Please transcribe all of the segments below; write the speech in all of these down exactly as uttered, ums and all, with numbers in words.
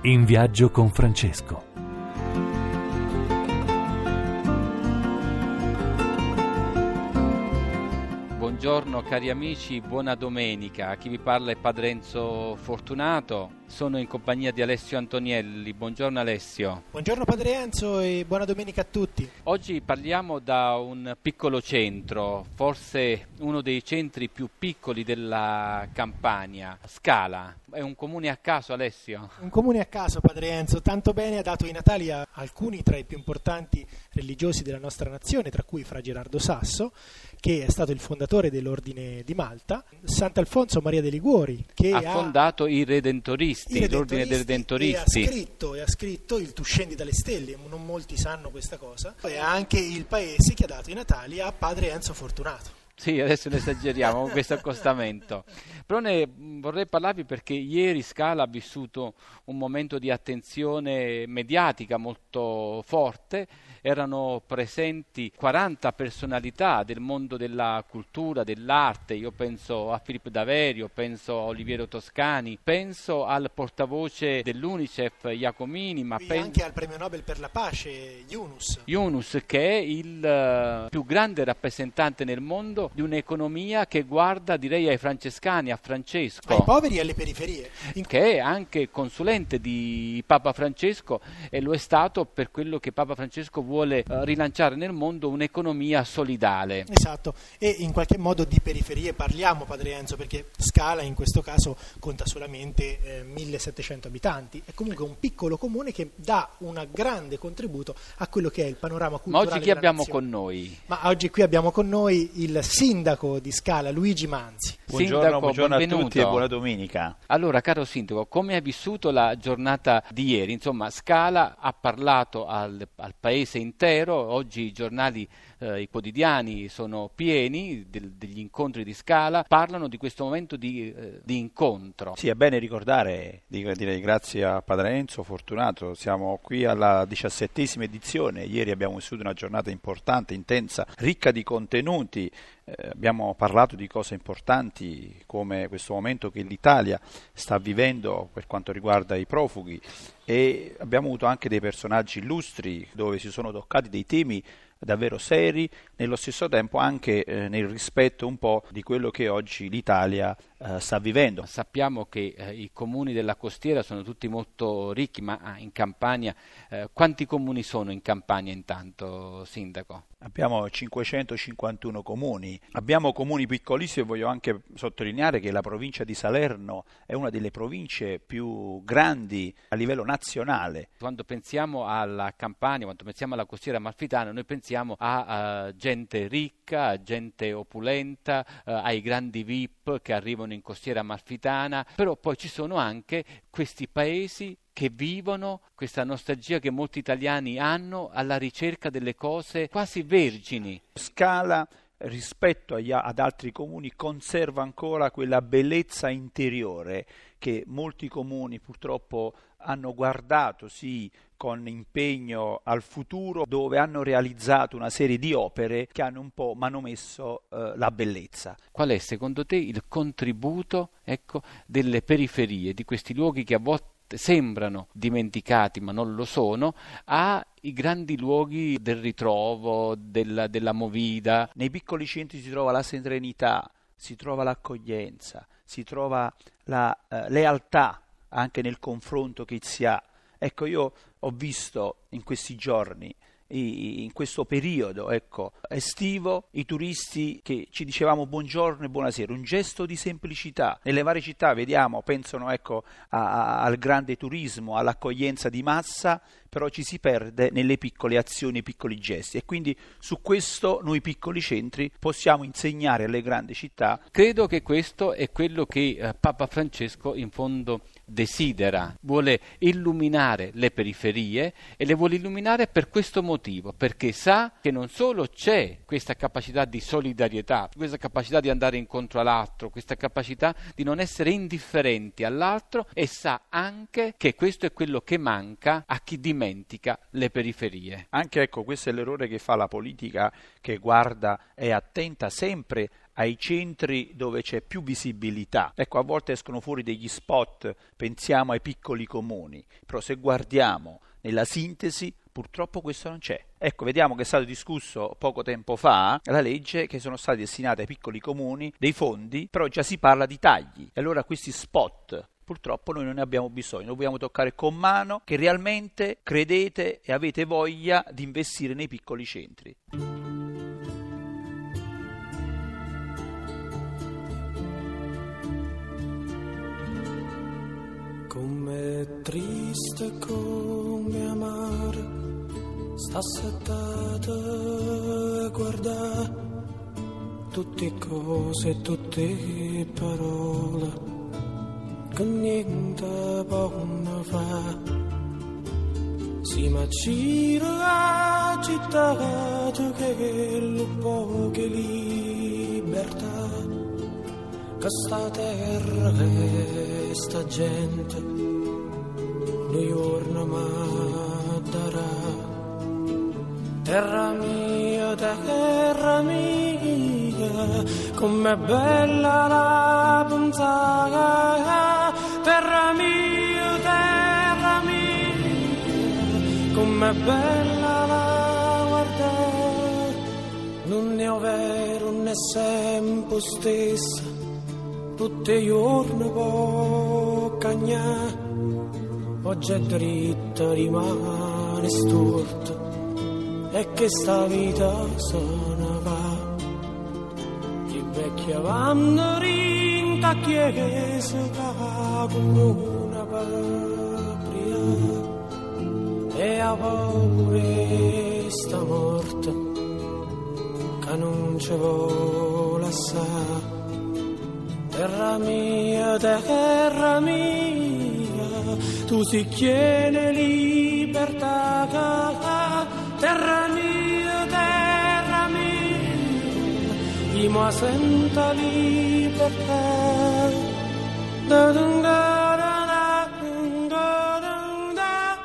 In viaggio con Francesco. Buongiorno cari amici, buona domenica. Chi vi parla è Padre Enzo Fortunato. Sono in compagnia di Alessio Antonielli. Buongiorno Alessio. Buongiorno Padre Enzo e buona domenica a tutti. Oggi parliamo da un piccolo centro, forse uno dei centri più piccoli della Campania, Scala. È un comune a caso, Alessio? Un comune a caso, Padre Enzo. Tanto bene ha dato i natali a alcuni tra i più importanti religiosi della nostra nazione, tra cui Fra Gerardo Sasso, che è stato il fondatore dell'Ordine di Malta, Sant'Alfonso Maria de Liguori, che ha, ha fondato i Redentoristi, i l'Ordine dei Redentoristi. E ha scritto, e ha scritto il Tu scendi dalle stelle, non molti sanno questa cosa, e anche il paese che ha dato i natali a Padre Enzo Fortunato. Sì, adesso ne esageriamo con questo accostamento. Però ne vorrei parlarvi perché ieri Scala ha vissuto un momento di attenzione mediatica molto forte. Erano presenti quaranta personalità del mondo della cultura, dell'arte. Io penso a Filippo Daverio, penso a Oliviero Toscani, penso al portavoce dell'Unicef Iacomini, ma pen- anche al premio Nobel per la pace Yunus. Yunus, che è il uh, più grande rappresentante nel mondo di un'economia che guarda, direi, ai francescani, a Francesco, ai poveri e alle periferie, In... che è anche consulente di Papa Francesco, e lo è stato per quello che Papa Francesco vuole uh, rilanciare nel mondo, un'economia solidale. Esatto, e in qualche modo di periferie parliamo, Padre Enzo, perché Scala in questo caso conta solamente eh, millesettecento abitanti, è comunque un piccolo comune che dà un grande contributo a quello che è il panorama culturale. Ma oggi chi abbiamo nazione. con noi? Ma oggi qui abbiamo con noi il sindaco di Scala, Luigi Manzi. Buongiorno, Sindaco, buongiorno a benvenuto. tutti e buona domenica. Allora, caro sindaco, come hai vissuto la giornata di ieri? Insomma, Scala ha parlato al, al paese intero. Oggi i giornali, eh, i quotidiani sono pieni del, degli incontri di Scala, parlano di questo momento di, eh, di incontro. Sì, è bene ricordare, direi grazie a Padre Enzo Fortunato, siamo qui alla diciassettesima edizione. Ieri abbiamo vissuto una giornata importante, intensa, ricca di contenuti. Eh, abbiamo parlato di cose importanti come questo momento che l'Italia sta vivendo per quanto riguarda i profughi, e abbiamo avuto anche dei personaggi illustri dove si sono toccati dei temi davvero seri, nello stesso tempo anche eh, nel rispetto un po' di quello che oggi l'Italia eh, sta vivendo. Sappiamo che eh, i comuni della costiera sono tutti molto ricchi, ma ah, in Campania, eh, quanti comuni sono in Campania intanto, sindaco? Abbiamo cinquecentocinquantuno comuni, abbiamo comuni piccolissimi, e voglio anche sottolineare che la provincia di Salerno è una delle province più grandi a livello nazionale. Quando pensiamo alla Campania, quando pensiamo alla costiera amalfitana, noi pensiamo a uh, gente ricca, a gente opulenta, uh, ai grandi V I P che arrivano in costiera amalfitana, però poi ci sono anche questi paesi che vivono questa nostalgia che molti italiani hanno alla ricerca delle cose quasi vergini. Scala, rispetto agli, ad altri comuni, conserva ancora quella bellezza interiore che molti comuni purtroppo hanno guardato, sì, con impegno al futuro, dove hanno realizzato una serie di opere che hanno un po' manomesso eh, la bellezza. Qual è secondo te il contributo, ecco, delle periferie, di questi luoghi che a volte sembrano dimenticati ma non lo sono, ai grandi luoghi del ritrovo, della, della movida? Nei piccoli centri si trova la serenità, si trova l'accoglienza, si trova la eh, lealtà anche nel confronto che si ha. Ecco, io ho visto in questi giorni, in questo periodo ecco, estivo, i turisti che ci dicevamo buongiorno e buonasera, un gesto di semplicità. Nelle varie città vediamo, pensano ecco, a, a, al grande turismo, all'accoglienza di massa, però ci si perde nelle piccole azioni, piccoli gesti, e quindi su questo noi piccoli centri possiamo insegnare alle grandi città. Credo che questo è quello che eh, Papa Francesco in fondo desidera, vuole illuminare le periferie, e le vuole illuminare per questo motivo, perché sa che non solo c'è questa capacità di solidarietà, questa capacità di andare incontro all'altro, questa capacità di non essere indifferenti all'altro, e sa anche che questo è quello che manca a chi dimentica dimentica le periferie. Anche ecco, questo è l'errore che fa la politica, che guarda e attenta sempre ai centri dove c'è più visibilità. Ecco, a volte escono fuori degli spot, pensiamo ai piccoli comuni, però se guardiamo nella sintesi purtroppo questo non c'è. Ecco, vediamo che è stato discusso poco tempo fa la legge che sono stati destinati ai piccoli comuni dei fondi, però già si parla di tagli. E allora questi spot purtroppo noi non ne abbiamo bisogno, lo dobbiamo toccare con mano, che realmente credete e avete voglia di investire nei piccoli centri. Com'è triste, come amare, sta settata a guardare tutte cose, tutte parole che niente possono fare. Si macina la città che lo poche libertà, che sta terra e sta gente noi giorno ma darà. Terra mia, terra mia, com'è bella la pensata. Terra mia, terra mia, com'è bella la guardare. Non è vero, non è sempre stessa, tutti i giorni può cagnare. Oggi è dritta, rimane storta, e che sta vita se ne va. Chi vecchia vanno rinta chiesa come una patria, e a paura sta morta che non ci vuole assare. Terra mia, terra mia, tu si chiede libertà. Terra mia, terra mia, io mi sento libertà. Da, da, da, da, da, da, da.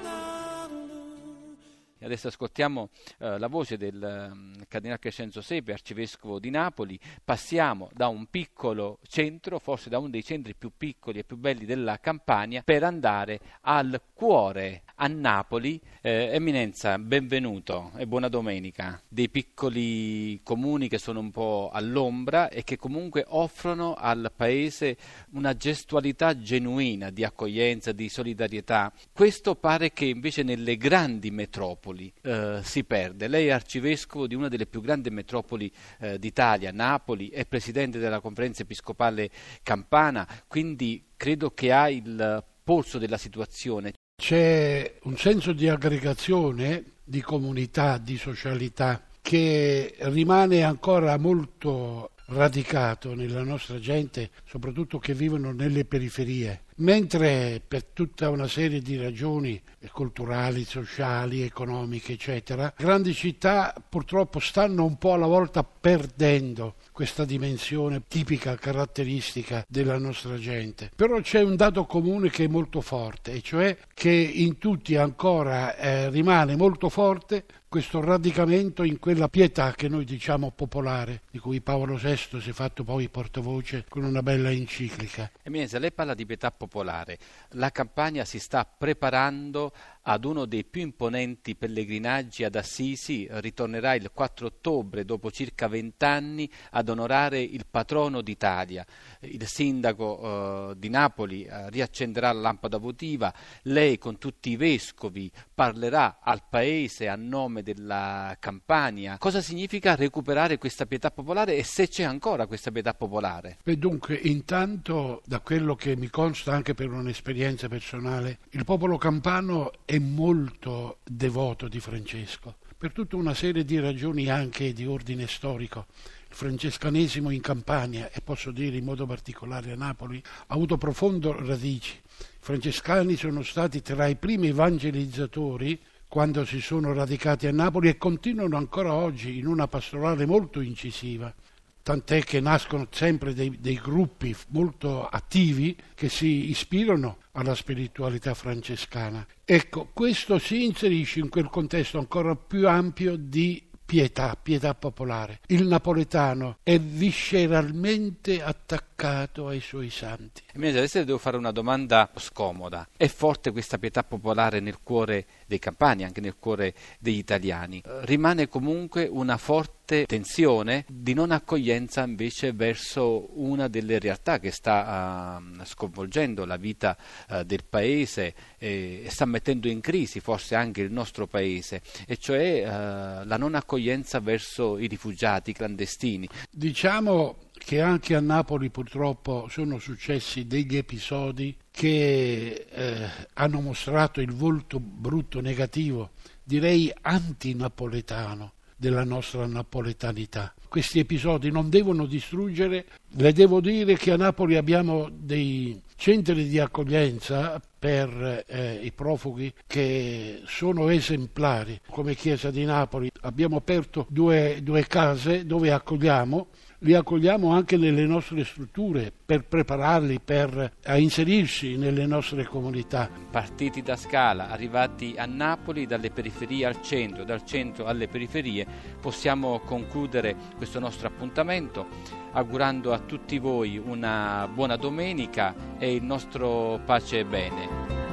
E adesso ascoltiamo uh, la voce del um, Cardinale Crescenzo Sepe, arcivescovo di Napoli. Passiamo da un piccolo centro, forse da uno dei centri più piccoli e più belli della Campania, per andare al cuore, a Napoli. Eh, Eminenza, benvenuto e buona domenica. Dei piccoli comuni che sono un po' all'ombra e che comunque offrono al paese una gestualità genuina di accoglienza, di solidarietà. Questo pare che invece nelle grandi metropoli eh, si perde. Lei è arcivescovo di una delle più grandi metropoli eh, d'Italia, Napoli, è presidente della Conferenza Episcopale Campana, quindi credo che ha il polso della situazione. C'è un senso di aggregazione, di comunità, di socialità che rimane ancora molto radicato nella nostra gente, soprattutto che vivono nelle periferie, mentre per tutta una serie di ragioni culturali, sociali, economiche, eccetera, grandi città purtroppo stanno un po' alla volta perdendo questa dimensione tipica, caratteristica della nostra gente. Però c'è un dato comune che è molto forte, e cioè che in tutti ancora eh, rimane molto forte questo radicamento in quella pietà che noi diciamo popolare, di cui Paolo sesto si è fatto poi portavoce con una bella enciclica. Eminenza, lei parla di pietà popolare. La Campania si sta preparando ad uno dei più imponenti pellegrinaggi ad Assisi. Ritornerà il quattro ottobre, dopo circa vent'anni, ad onorare il patrono d'Italia. Il sindaco eh, di Napoli eh, riaccenderà la lampada votiva. Lei con tutti i vescovi parlerà al paese a nome della Campania. Cosa significa recuperare questa pietà popolare e se c'è ancora questa pietà popolare? Beh, dunque, intanto, da quello che mi consta anche per un'esperienza personale, il popolo campano è molto devoto di Francesco, per tutta una serie di ragioni anche di ordine storico. Il francescanesimo in Campania, e posso dire in modo particolare a Napoli, ha avuto profonde radici. I francescani sono stati tra i primi evangelizzatori quando si sono radicati a Napoli e continuano ancora oggi in una pastorale molto incisiva. tant'è che nascono sempre dei, dei gruppi molto attivi che si ispirano alla spiritualità francescana. Ecco, questo si inserisce in quel contesto ancora più ampio di pietà, pietà popolare. Il napoletano è visceralmente attaccato ai suoi santi. Adesso devo fare una domanda scomoda. È forte questa pietà popolare nel cuore dei campani, anche nel cuore degli italiani? Rimane comunque una forte tensione di non accoglienza invece verso una delle realtà che sta uh, sconvolgendo la vita uh, del paese e sta mettendo in crisi forse anche il nostro paese, e cioè uh, la non accoglienza verso i rifugiati clandestini. Diciamo che anche a Napoli purtroppo sono successi degli episodi che eh, hanno mostrato il volto brutto, negativo, direi antinapoletano della nostra napoletanità. Questi episodi non devono distruggere. Le devo dire che a Napoli abbiamo dei centri di accoglienza per eh, i profughi che sono esemplari. Come Chiesa di Napoli abbiamo aperto due, due case dove accogliamo. Li accogliamo anche nelle nostre strutture per prepararli per a inserirsi nelle nostre comunità. Partiti da Scala, arrivati a Napoli, dalle periferie al centro, dal centro alle periferie, possiamo concludere questo nostro appuntamento augurando a tutti voi una buona domenica e il nostro pace e bene.